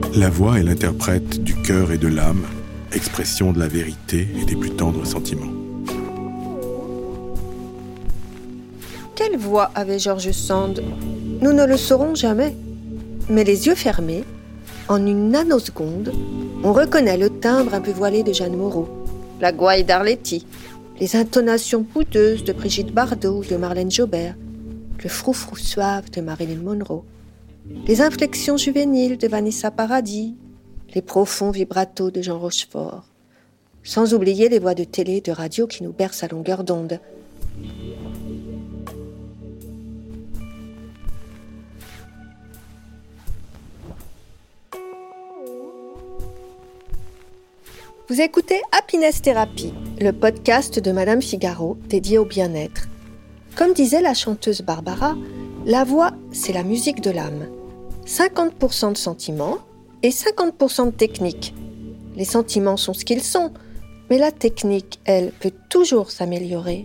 La voix est l'interprète du cœur et de l'âme, expression de la vérité et des plus tendres sentiments. Quelle voix avait George Sand ? Nous ne le saurons jamais. Mais les yeux fermés, en une nanoseconde, on reconnaît le timbre un peu voilé de Jeanne Moreau, la gouaille d'Arletty, les intonations poudeuses de Brigitte Bardot ou de Marlène Jobert, le froufrou suave de Marilyn Monroe, les inflexions juvéniles de Vanessa Paradis, les profonds vibratos de Jean Rochefort, sans oublier les voix de télé et de radio qui nous bercent à longueur d'onde. Vous écoutez Happiness Therapy, le podcast de Madame Figaro dédié au bien-être. Comme disait la chanteuse Barbara, la voix, c'est la musique de l'âme. 50% de sentiments et 50% de technique. Les sentiments sont ce qu'ils sont, mais la technique, elle, peut toujours s'améliorer.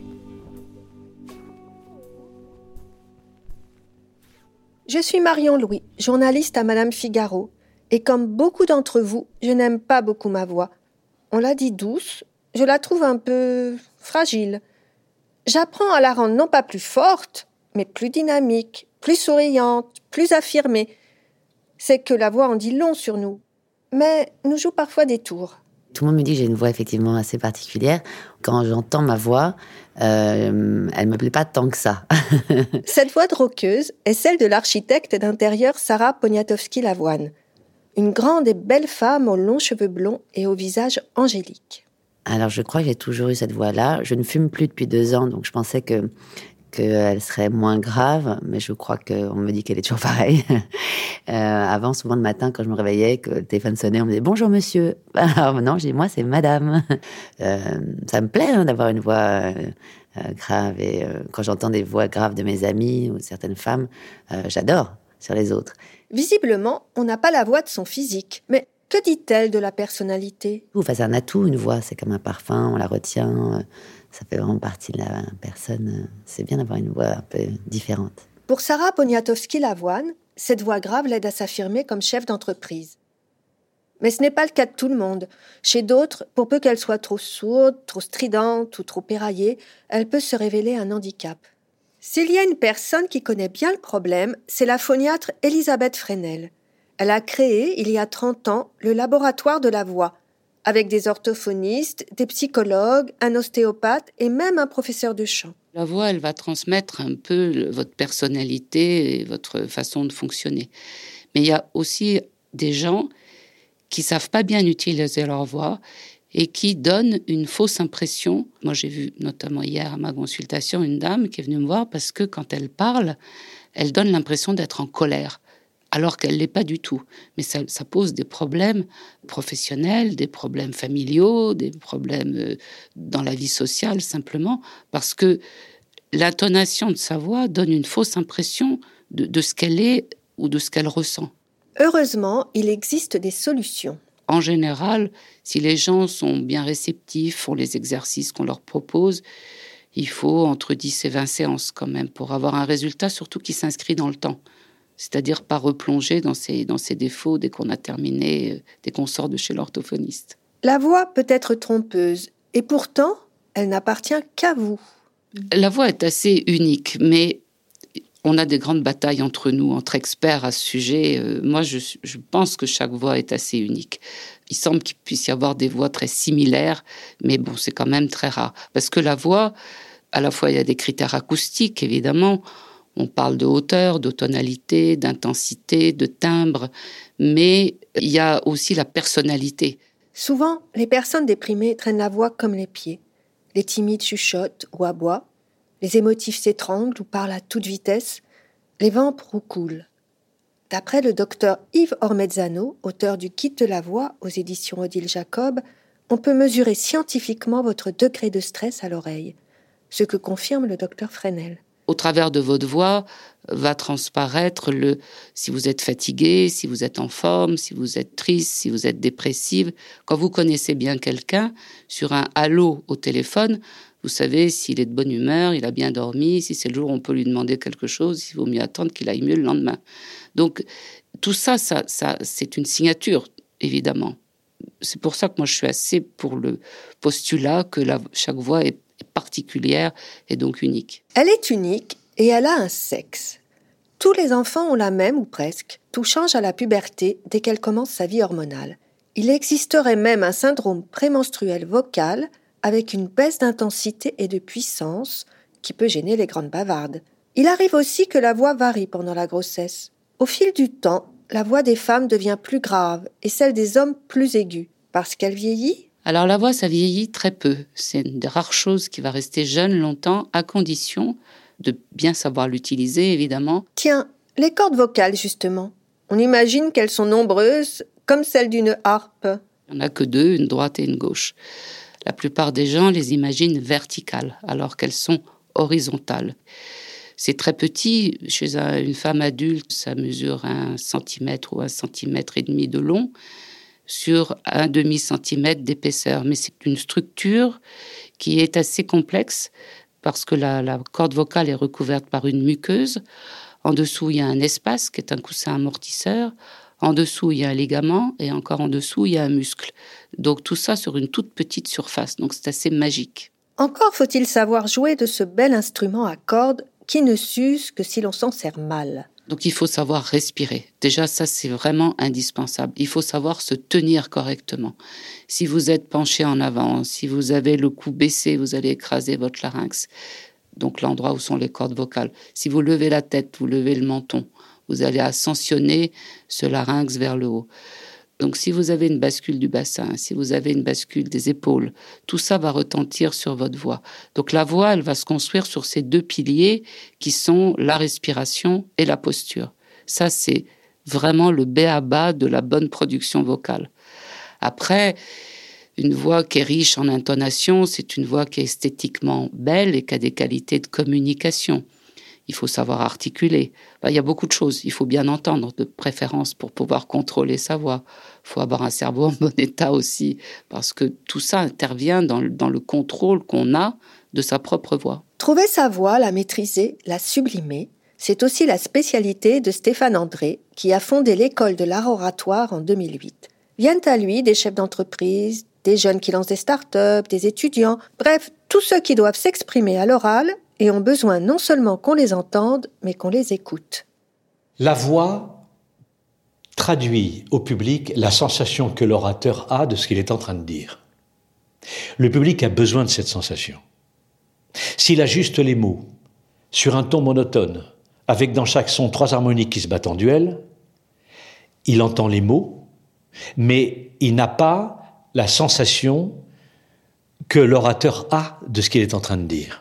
Je suis Marion Louis, journaliste à Madame Figaro, et comme beaucoup d'entre vous, je n'aime pas beaucoup ma voix. On l'a dit douce, je la trouve un peu fragile. J'apprends à la rendre non pas plus forte, mais plus dynamique, plus souriante, plus affirmée. C'est que la voix en dit long sur nous, mais nous joue parfois des tours. Tout le monde me dit que j'ai une voix effectivement assez particulière. Quand j'entends ma voix, elle ne me plaît pas tant que ça. Cette voix de rockeuse est celle de l'architecte d'intérieur Sarah Poniatowski-Lavoine. Une grande et belle femme aux longs cheveux blonds et au visage angélique. Alors je crois que j'ai toujours eu cette voix-là. Je ne fume plus depuis 2 ans, donc je pensais qu'elle serait moins grave, mais je crois qu'on me dit qu'elle est toujours pareille. Avant, souvent le matin, quand je me réveillais, que le téléphone sonnait, on me disait « Bonjour monsieur ». Alors maintenant, je dis « Moi, c'est madame ». Ça me plaît d'avoir une voix grave. Et quand j'entends des voix graves de mes amis ou de certaines femmes, j'adore sur les autres. Visiblement, on n'a pas la voix de son physique. Mais que dit-elle de la personnalité ? C'est un atout, une voix, c'est comme un parfum, on la retient, ça fait vraiment partie de la personne. C'est bien d'avoir une voix un peu différente. Pour Sarah Poniatowski-Lavoine, cette voix grave l'aide à s'affirmer comme chef d'entreprise. Mais ce n'est pas le cas de tout le monde. Chez d'autres, pour peu qu'elle soit trop sourde, trop stridente ou trop éraillée, elle peut se révéler un handicap. S'il y a une personne qui connaît bien le problème, c'est la phoniatre Elisabeth Fresnel. Elle a créé, il y a 30 ans, le laboratoire de la voix, avec des orthophonistes, des psychologues, un ostéopathe et même un professeur de chant. La voix, elle va transmettre un peu votre personnalité et votre façon de fonctionner. Mais il y a aussi des gens qui ne savent pas bien utiliser leur voix et qui donnent une fausse impression. Moi, j'ai vu notamment hier à ma consultation une dame qui est venue me voir parce que quand elle parle, elle donne l'impression d'être en colère, alors qu'elle ne l'est pas du tout. Mais ça pose des problèmes professionnels, des problèmes familiaux, des problèmes dans la vie sociale, simplement, parce que l'intonation de sa voix donne une fausse impression de ce qu'elle est ou de ce qu'elle ressent. Heureusement, il existe des solutions. En général, si les gens sont bien réceptifs, font les exercices qu'on leur propose, il faut entre 10 et 20 séances quand même pour avoir un résultat, surtout qui s'inscrit dans le temps. C'est-à-dire pas replonger dans ses défauts dès qu'on a terminé, dès qu'on sort de chez l'orthophoniste. La voix peut être trompeuse, et pourtant, elle n'appartient qu'à vous. La voix est assez unique, mais on a des grandes batailles entre nous, entre experts à ce sujet. Moi, je pense que chaque voix est assez unique. Il semble qu'il puisse y avoir des voix très similaires, mais bon, c'est quand même très rare. Parce que la voix, à la fois, il y a des critères acoustiques, évidemment. On parle de hauteur, de tonalité, d'intensité, de timbre, mais il y a aussi la personnalité. Souvent, les personnes déprimées traînent la voix comme les pieds. Les timides chuchotent ou aboient. Les émotifs s'étranglent ou parlent à toute vitesse. Les vents roucoulent. D'après le docteur Yves Ormezzano, auteur du Guide de la voix aux éditions Odile Jacob, on peut mesurer scientifiquement votre degré de stress à l'oreille, ce que confirme le docteur Fresnel. Au travers de votre voix va transparaître si vous êtes fatigué, si vous êtes en forme, si vous êtes triste, si vous êtes dépressive. Quand vous connaissez bien quelqu'un, sur un allô au téléphone, vous savez s'il est de bonne humeur, il a bien dormi, si c'est le jour où on peut lui demander quelque chose, il vaut mieux attendre qu'il aille mieux le lendemain. Donc, tout ça, c'est une signature, évidemment. C'est pour ça que moi, je suis assez pour le postulat que chaque voix est particulière et donc unique. Elle est unique et elle a un sexe. Tous les enfants ont la même ou presque. Tout change à la puberté dès qu'elle commence sa vie hormonale. Il existerait même un syndrome prémenstruel vocal avec une baisse d'intensité et de puissance qui peut gêner les grandes bavardes. Il arrive aussi que la voix varie pendant la grossesse. Au fil du temps, la voix des femmes devient plus grave et celle des hommes plus aiguë. Parce qu'elle vieillit ? Alors la voix, ça vieillit très peu. C'est une des rares choses qui va rester jeune longtemps, à condition de bien savoir l'utiliser, évidemment. Tiens, les cordes vocales, justement. On imagine qu'elles sont nombreuses, comme celles d'une harpe. Il n'y en a que deux, une droite et une gauche. La plupart des gens les imaginent verticales, alors qu'elles sont horizontales. C'est très petit. Chez une femme adulte, ça mesure 1 centimètre ou 1,5 centimètre de long sur 1/2 centimètre d'épaisseur. Mais c'est une structure qui est assez complexe parce que la corde vocale est recouverte par une muqueuse. En dessous, il y a un espace qui est un coussin amortisseur. En dessous, il y a un ligament et encore en dessous, il y a un muscle. Donc tout ça sur une toute petite surface. Donc c'est assez magique. Encore faut-il savoir jouer de ce bel instrument à cordes qui ne s'use que si l'on s'en sert mal. Donc il faut savoir respirer. Déjà, ça, c'est vraiment indispensable. Il faut savoir se tenir correctement. Si vous êtes penché en avant, si vous avez le cou baissé, vous allez écraser votre larynx, donc l'endroit où sont les cordes vocales. Si vous levez la tête, vous levez le menton, vous allez ascensionner ce larynx vers le haut. Donc si vous avez une bascule du bassin, si vous avez une bascule des épaules, tout ça va retentir sur votre voix. Donc la voix, elle va se construire sur ces deux piliers qui sont la respiration et la posture. Ça, c'est vraiment le b.a.-ba de la bonne production vocale. Après, une voix qui est riche en intonation, c'est une voix qui est esthétiquement belle et qui a des qualités de communication. Il faut savoir articuler. Il y a beaucoup de choses. Il faut bien entendre, de préférence, pour pouvoir contrôler sa voix. Il faut avoir un cerveau en bon état aussi, parce que tout ça intervient dans le contrôle qu'on a de sa propre voix. Trouver sa voix, la maîtriser, la sublimer, c'est aussi la spécialité de Stéphane André, qui a fondé l'école de l'art oratoire en 2008. Viennent à lui des chefs d'entreprise, des jeunes qui lancent des start-up, des étudiants, bref, tous ceux qui doivent s'exprimer à l'oral et ont besoin non seulement qu'on les entende, mais qu'on les écoute. La voix traduit au public la sensation que l'orateur a de ce qu'il est en train de dire. Le public a besoin de cette sensation. S'il ajuste les mots sur un ton monotone, avec dans chaque son 3 harmoniques qui se battent en duel, il entend les mots, mais il n'a pas la sensation que l'orateur a de ce qu'il est en train de dire.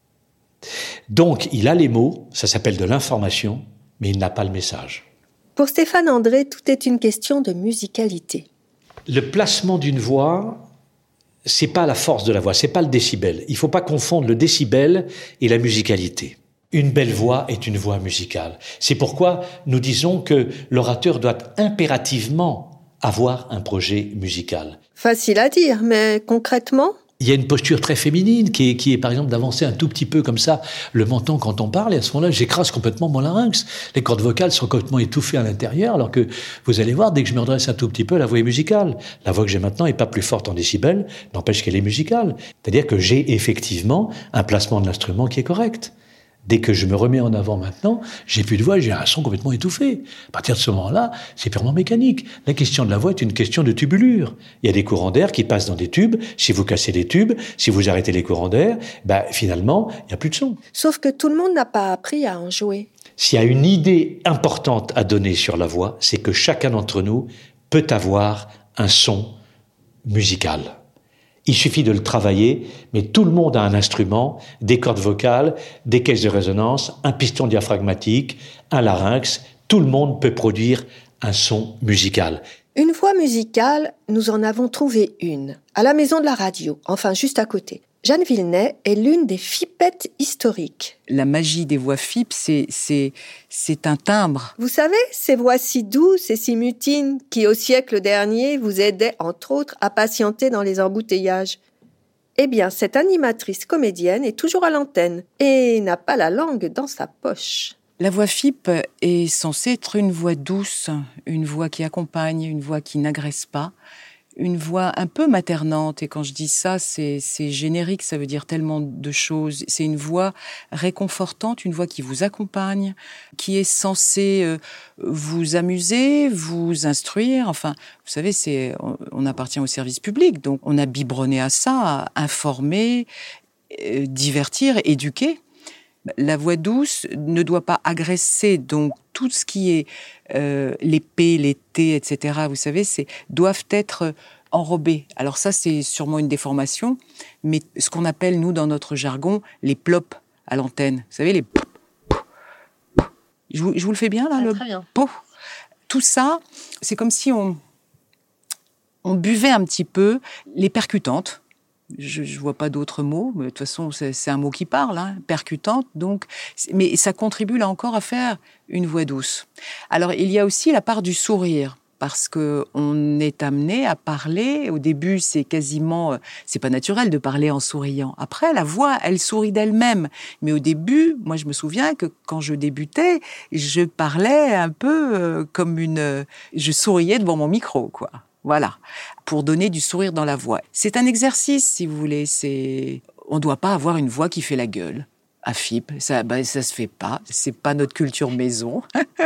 Donc, il a les mots, ça s'appelle de l'information, mais il n'a pas le message. Pour Stéphane André, tout est une question de musicalité. Le placement d'une voix, c'est pas la force de la voix, c'est pas le décibel. Il faut pas confondre le décibel et la musicalité. Une belle voix est une voix musicale. C'est pourquoi nous disons que l'orateur doit impérativement avoir un projet musical. Facile à dire, mais concrètement ? Il y a une posture très féminine qui est par exemple d'avancer un tout petit peu comme ça le menton quand on parle, et à ce moment-là j'écrase complètement mon larynx. Les cordes vocales sont complètement étouffées à l'intérieur, alors que vous allez voir, dès que je me redresse un tout petit peu, la voix est musicale. La voix que j'ai maintenant est pas plus forte en décibels, n'empêche qu'elle est musicale. C'est-à-dire que j'ai effectivement un placement de l'instrument qui est correct. Dès que je me remets en avant maintenant, j'ai plus de voix, j'ai un son complètement étouffé. À partir de ce moment-là, c'est purement mécanique. La question de la voix est une question de tubulure. Il y a des courants d'air qui passent dans des tubes. Si vous cassez les tubes, si vous arrêtez les courants d'air, finalement, il n'y a plus de son. Sauf que tout le monde n'a pas appris à en jouer. S'il y a une idée importante à donner sur la voix, c'est que chacun d'entre nous peut avoir un son musical. Il suffit de le travailler, mais tout le monde a un instrument, des cordes vocales, des caisses de résonance, un piston diaphragmatique, un larynx. Tout le monde peut produire un son musical. Une voix musicale, nous en avons trouvé une, à la maison de la radio, enfin juste à côté. Jeanne Villenay est l'une des fipettes historiques. La magie des voix fipes, c'est un timbre. Vous savez, ces voix si douces et si mutines qui, au siècle dernier, vous aidaient, entre autres, à patienter dans les embouteillages. Eh bien, cette animatrice comédienne est toujours à l'antenne et n'a pas la langue dans sa poche. La voix FIP est censée être une voix douce, une voix qui accompagne, une voix qui n'agresse pas, une voix un peu maternante. Et quand je dis ça, c'est générique, ça veut dire tellement de choses. C'est une voix réconfortante, une voix qui vous accompagne, qui est censée vous amuser, vous instruire. Enfin, vous savez, on appartient au service public, donc on a biberonné à ça, à informer, divertir, éduquer. La voix douce ne doit pas agresser, donc tout ce qui est les P, les T, etc., vous savez, doivent être enrobés. Alors ça, c'est sûrement une déformation, mais ce qu'on appelle, nous, dans notre jargon, les plops à l'antenne. Vous savez, les... Je vous le fais bien, là, très bien. Tout ça, c'est comme si on buvait un petit peu les percutantes. Je vois pas d'autres mots, mais de toute façon, c'est un mot qui parle, hein, percutante, donc, mais ça contribue là encore à faire une voix douce. Alors, il y a aussi la part du sourire, parce que on est amené à parler. Au début, c'est pas naturel de parler en souriant. Après, la voix, elle sourit d'elle-même. Mais au début, moi, je me souviens que quand je débutais, je parlais un peu je souriais devant mon micro, quoi. Voilà, pour donner du sourire dans la voix. C'est un exercice, si vous voulez. On ne doit pas avoir une voix qui fait la gueule. À FIP, ça se fait pas. C'est pas notre culture maison.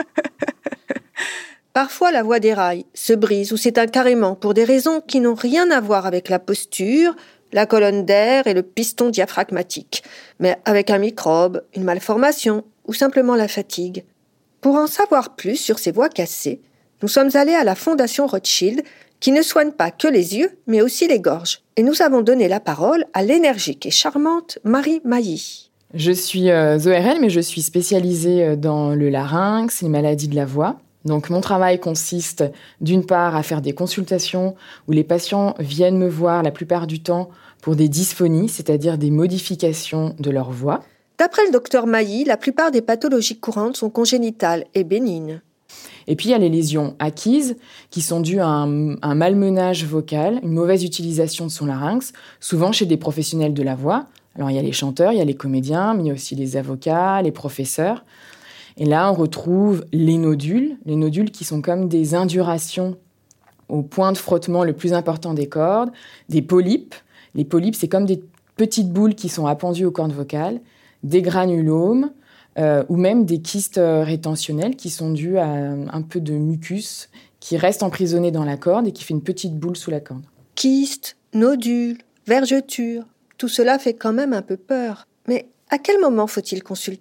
Parfois, la voix déraille, se brise ou s'éteint carrément pour des raisons qui n'ont rien à voir avec la posture, la colonne d'air et le piston diaphragmatique, mais avec un microbe, une malformation ou simplement la fatigue. Pour en savoir plus sur ces voix cassées, nous sommes allés à la Fondation Rothschild, qui ne soigne pas que les yeux, mais aussi les gorges. Et nous avons donné la parole à l'énergique et charmante Marie Mailly. Je suis ORL, mais je suis spécialisée dans le larynx, les maladies de la voix. Donc mon travail consiste d'une part à faire des consultations où les patients viennent me voir la plupart du temps pour des dysphonies, c'est-à-dire des modifications de leur voix. D'après le docteur Mailly, la plupart des pathologies courantes sont congénitales et bénignes. Et puis, il y a les lésions acquises qui sont dues à un malmenage vocal, une mauvaise utilisation de son larynx, souvent chez des professionnels de la voix. Alors, il y a les chanteurs, il y a les comédiens, mais il y a aussi les avocats, les professeurs. Et là, on retrouve les nodules qui sont comme des indurations au point de frottement le plus important des cordes, des polypes. Les polypes, c'est comme des petites boules qui sont appendues aux cordes vocales, des granulomes, ou même des kystes rétentionnels qui sont dus à un peu de mucus qui reste emprisonné dans la corde et qui fait une petite boule sous la corde. Kystes, nodules, vergetures, tout cela fait quand même un peu peur. Mais à quel moment faut-il consulter ?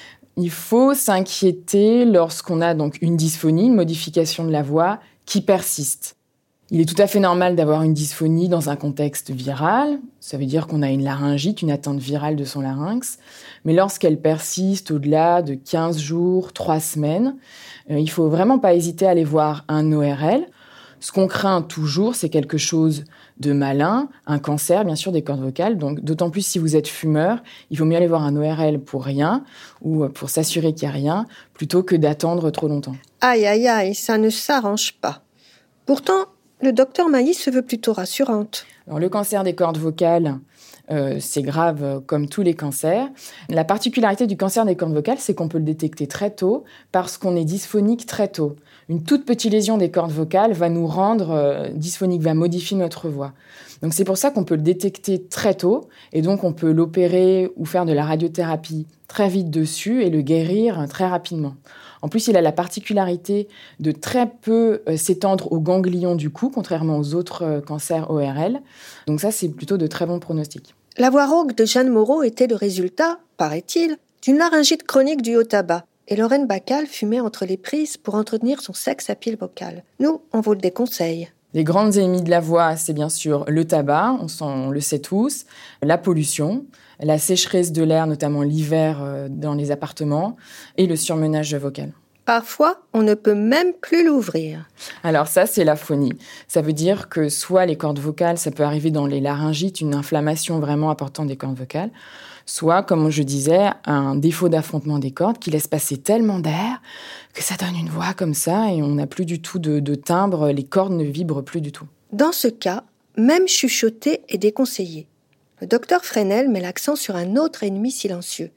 Il faut s'inquiéter lorsqu'on a donc une dysphonie, une modification de la voix qui persiste. Il est tout à fait normal d'avoir une dysphonie dans un contexte viral. Ça veut dire qu'on a une laryngite, une atteinte virale de son larynx. Mais lorsqu'elle persiste au-delà de 15 jours, 3 semaines, il ne faut vraiment pas hésiter à aller voir un ORL. Ce qu'on craint toujours, c'est quelque chose de malin, un cancer, bien sûr, des cordes vocales. Donc, d'autant plus si vous êtes fumeur, il vaut mieux aller voir un ORL pour rien ou pour s'assurer qu'il n'y a rien, plutôt que d'attendre trop longtemps. Aïe, aïe, aïe, ça ne s'arrange pas. Pourtant, le docteur Mailly se veut plutôt rassurante. Alors, le cancer des cordes vocales, c'est grave comme tous les cancers. La particularité du cancer des cordes vocales, c'est qu'on peut le détecter très tôt parce qu'on est dysphonique très tôt. Une toute petite lésion des cordes vocales va nous rendre dysphonique, va modifier notre voix. Donc c'est pour ça qu'on peut le détecter très tôt et donc on peut l'opérer ou faire de la radiothérapie très vite dessus et le guérir très rapidement. En plus, il a la particularité de très peu s'étendre aux ganglions du cou, contrairement aux autres cancers ORL. Donc ça, c'est plutôt de très bons pronostics. La voix rauque de Jeanne Moreau était le résultat, paraît-il, d'une laryngite chronique due au tabac. Et Lorraine Bacal fumait entre les prises pour entretenir son sex appeal vocal. Nous, on vous le déconseille. Les grandes ennemies de la voix, c'est bien sûr le tabac, on le sait tous, la pollution, la sécheresse de l'air, notamment l'hiver dans les appartements, et le surmenage vocal. Parfois, on ne peut même plus l'ouvrir. Alors ça, c'est l'aphonie. Ça veut dire que soit les cordes vocales, ça peut arriver dans les laryngites, une inflammation vraiment importante des cordes vocales, soit, comme je disais, un défaut d'affrontement des cordes qui laisse passer tellement d'air que ça donne une voix comme ça et on n'a plus du tout de timbre, les cordes ne vibrent plus du tout. Dans ce cas, même chuchoter est déconseillé. Le docteur Fresnel met l'accent sur un autre ennemi silencieux.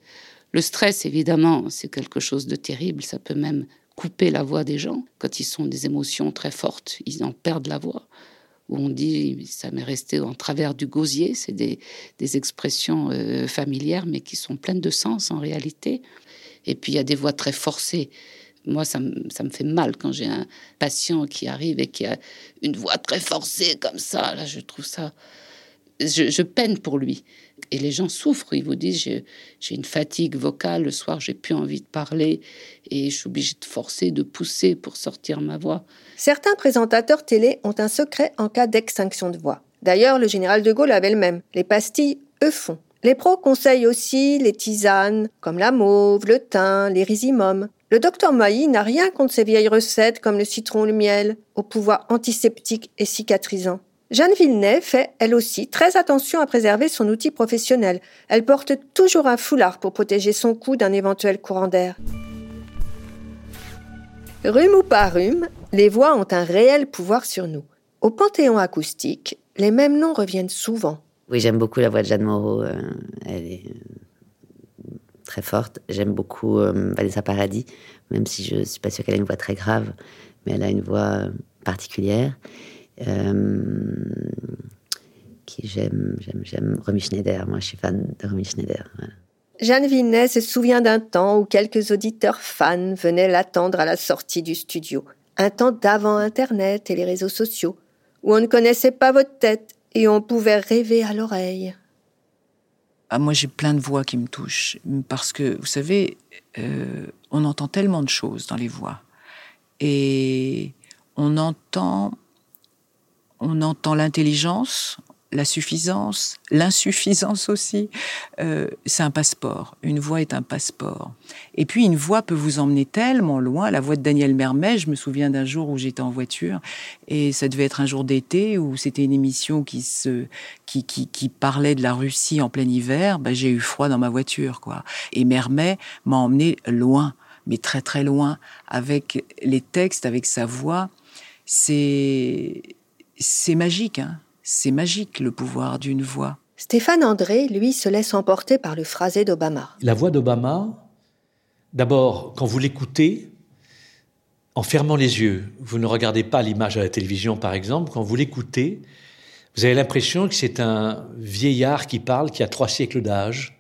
Le stress, évidemment, c'est quelque chose de terrible. Ça peut même couper la voix des gens. Quand ils sont des émotions très fortes, ils en perdent la voix. Où on dit, ça m'est resté en travers du gosier. C'est des expressions familières, mais qui sont pleines de sens en réalité. Et puis, il y a des voix très forcées. Moi, ça me fait mal quand j'ai un patient qui arrive et qui a une voix très forcée comme ça. Là, je trouve ça... Je peine pour lui. Et les gens souffrent. Ils vous disent, j'ai une fatigue vocale. Le soir, j'ai plus envie de parler. Et je suis obligée de forcer, de pousser pour sortir ma voix. Certains présentateurs télé ont un secret en cas d'extinction de voix. D'ailleurs, le général de Gaulle avait le même. Les pastilles, eux, font. Les pros conseillent aussi les tisanes, comme la mauve, le thym, les rhizimums. Le docteur Mailly n'a rien contre ces vieilles recettes comme le citron ou le miel, au pouvoir antiseptique et cicatrisant. Jeanne Villeneuve fait, elle aussi, très attention à préserver son outil professionnel. Elle porte toujours un foulard pour protéger son cou d'un éventuel courant d'air. Rhume ou pas rhume, les voix ont un réel pouvoir sur nous. Au Panthéon acoustique, les mêmes noms reviennent souvent. Oui, j'aime beaucoup la voix de Jeanne Moreau. Elle est très forte. J'aime beaucoup Vanessa Paradis, même si je ne suis pas sûre qu'elle ait une voix très grave, mais elle a une voix particulière. Qui j'aime Romy Schneider. Moi, je suis fan de Romy Schneider. Voilà. Jeanne Villeneuve se souvient d'un temps où quelques auditeurs fans venaient l'attendre à la sortie du studio. Un temps d'avant Internet et les réseaux sociaux, où on ne connaissait pas votre tête et on pouvait rêver à l'oreille. Ah, moi, j'ai plein de voix qui me touchent, parce que, vous savez, on entend tellement de choses dans les voix. Et on entend l'intelligence, la suffisance, l'insuffisance aussi. C'est un passeport. Une voix est un passeport. Et puis, une voix peut vous emmener tellement loin. La voix de Daniel Mermet, je me souviens d'un jour où j'étais en voiture, et ça devait être un jour d'été, où c'était une émission qui parlait de la Russie en plein hiver. J'ai eu froid dans ma voiture, quoi. Et Mermet m'a emmené loin, mais très très loin, avec les textes, avec sa voix. C'est magique, hein. C'est magique, le pouvoir d'une voix. Stéphane André, lui, se laisse emporter par le phrasé d'Obama. La voix d'Obama, d'abord, quand vous l'écoutez, en fermant les yeux, vous ne regardez pas l'image à la télévision, par exemple, quand vous l'écoutez, vous avez l'impression que c'est un vieillard qui parle, qui a 3 siècles d'âge,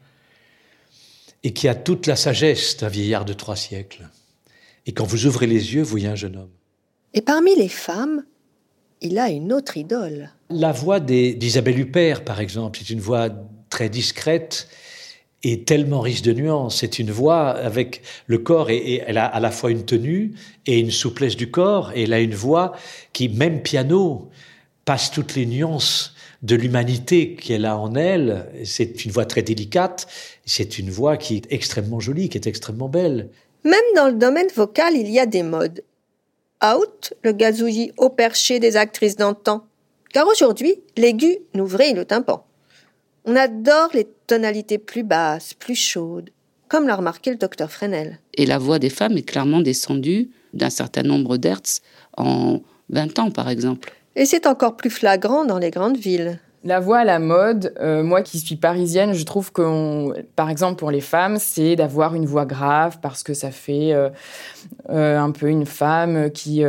et qui a toute la sagesse d'un vieillard de 3 siècles. Et quand vous ouvrez les yeux, vous voyez un jeune homme. Et parmi les femmes, il a une autre idole. La voix d'Isabelle Huppert, par exemple, c'est une voix très discrète et tellement riche de nuances. C'est une voix avec le corps, et elle a à la fois une tenue et une souplesse du corps, et elle a une voix qui, même piano, passe toutes les nuances de l'humanité qu'elle a en elle. C'est une voix très délicate, c'est une voix qui est extrêmement jolie, qui est extrêmement belle. Même dans le domaine vocal, il y a des modes. Out, le gazouillis haut perché des actrices d'antan. Car aujourd'hui, l'aigu nous vrille le tympan. On adore les tonalités plus basses, plus chaudes, comme l'a remarqué le docteur Fresnel. Et la voix des femmes est clairement descendue d'un certain nombre d'hertz en 20 ans, par exemple. Et c'est encore plus flagrant dans les grandes villes. La voix à la mode, moi qui suis parisienne, je trouve que, par exemple pour les femmes, c'est d'avoir une voix grave parce que ça fait un peu une femme qui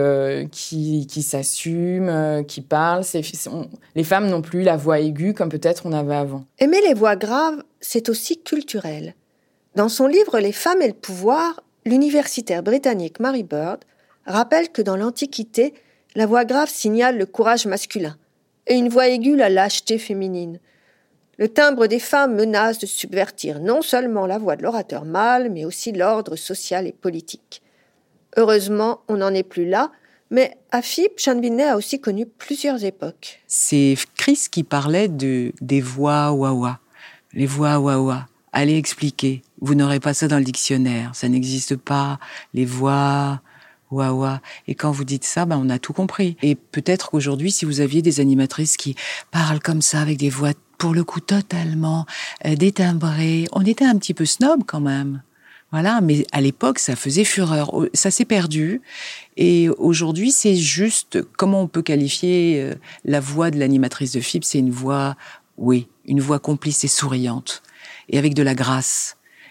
s'assume, qui parle. Les femmes n'ont plus la voix aiguë comme peut-être on avait avant. Aimer les voix graves, c'est aussi culturel. Dans son livre « Les femmes et le pouvoir », l'universitaire britannique Mary Bird rappelle que dans l'Antiquité, la voix grave signale le courage masculin. Et une voix aiguë la lâcheté féminine. Le timbre des femmes menace de subvertir non seulement la voix de l'orateur mâle, mais aussi l'ordre social et politique. Heureusement, on n'en est plus là, mais à FIP, Jeanne Villeneuve a aussi connu plusieurs époques. C'est Chris qui parlait des voix wawa. Les voix wawa. Allez expliquer. Vous n'aurez pas ça dans le dictionnaire. Ça n'existe pas. Les voix... Waouh. Et quand vous dites ça, on a tout compris. Et peut-être qu'aujourd'hui, si vous aviez des animatrices qui parlent comme ça, avec des voix, pour le coup, totalement détimbrées, on était un petit peu snob quand même. Voilà, mais à l'époque, ça faisait fureur. Ça s'est perdu. Et aujourd'hui, c'est juste, comment on peut qualifier la voix de l'animatrice de FIP? C'est une voix, oui, une voix complice et souriante. Et avec de la grâce.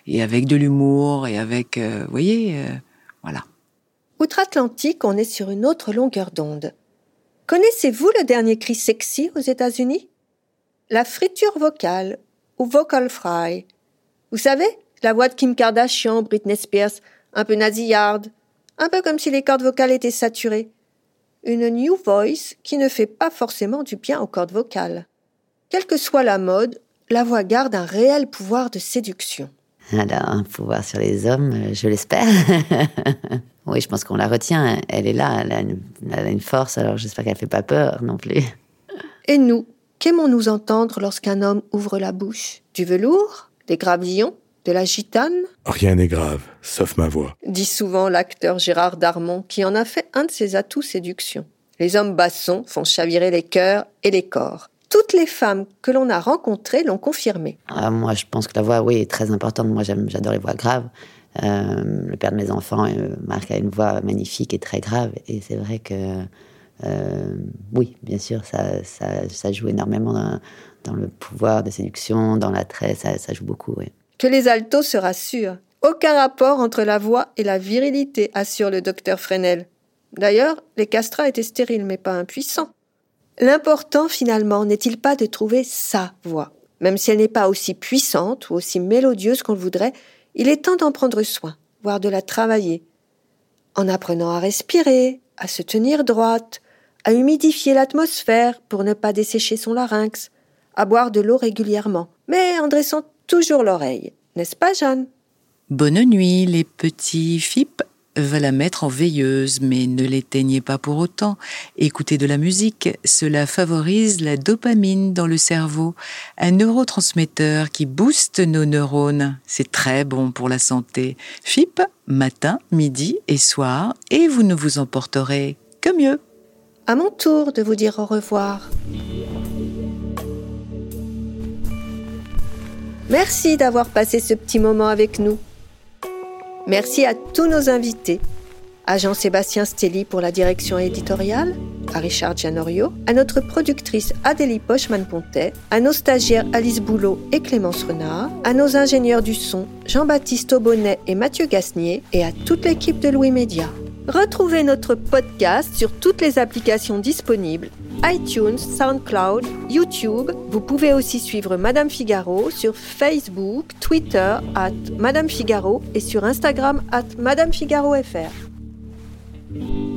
avec de l'humour, et avec, vous voyez, voilà. Outre-Atlantique, on est sur une autre longueur d'onde. Connaissez-vous le dernier cri sexy aux États-Unis? La friture vocale, ou vocal fry. Vous savez, la voix de Kim Kardashian, Britney Spears, un peu nasillarde, un peu comme si les cordes vocales étaient saturées. Une new voice qui ne fait pas forcément du bien aux cordes vocales. Quelle que soit la mode, la voix garde un réel pouvoir de séduction. Alors, un pouvoir sur les hommes, je l'espère. Oui, je pense qu'on la retient. Elle est là, elle a une force, alors j'espère qu'elle ne fait pas peur non plus. Et nous, qu'aimons-nous entendre lorsqu'un homme ouvre la bouche? Du velours? Des gravillons? De la gitane? Rien n'est grave, sauf ma voix. Dit souvent l'acteur Gérard Darmon, qui en a fait un de ses atouts séduction. Les hommes bassons font chavirer les cœurs et les corps. Toutes les femmes que l'on a rencontrées l'ont confirmé. Moi, je pense que la voix, oui, est très importante. Moi, j'adore les voix graves. Le père de mes enfants, Marc, a une voix magnifique et très grave. Et c'est vrai que, oui, bien sûr, ça joue énormément dans le pouvoir de séduction, dans l'attrait, ça joue beaucoup, oui. Que les altos se rassurent. Aucun rapport entre la voix et la virilité, assure le docteur Fresnel. D'ailleurs, les castrats étaient stériles, mais pas impuissants. L'important, finalement, n'est-il pas de trouver sa voix? Même si elle n'est pas aussi puissante ou aussi mélodieuse qu'on le voudrait, il est temps d'en prendre soin, voire de la travailler. En apprenant à respirer, à se tenir droite, à humidifier l'atmosphère pour ne pas dessécher son larynx, à boire de l'eau régulièrement, mais en dressant toujours l'oreille. N'est-ce pas, Jeanne? Bonne nuit, les petits FIP. Va la mettre en veilleuse, mais ne l'éteignez pas pour autant. Écoutez de la musique, cela favorise la dopamine dans le cerveau, un neurotransmetteur qui booste nos neurones. C'est très bon pour la santé. FIP, matin, midi et soir, et vous ne vous emporterez que mieux. À mon tour de vous dire au revoir. Merci d'avoir passé ce petit moment avec nous. Merci à tous nos invités, à Jean-Sébastien Stelly pour la direction éditoriale, à Richard Gianorio, à notre productrice Adélie Pochman-Pontet, à nos stagiaires Alice Boulot et Clémence Renard, à nos ingénieurs du son Jean-Baptiste Aubonnet et Mathieu Gasnier et à toute l'équipe de Louis Média. Retrouvez notre podcast sur toutes les applications disponibles, iTunes, SoundCloud, YouTube. Vous pouvez aussi suivre Madame Figaro sur Facebook, Twitter @Madame Figaro et sur Instagram @Madame Figaro FR.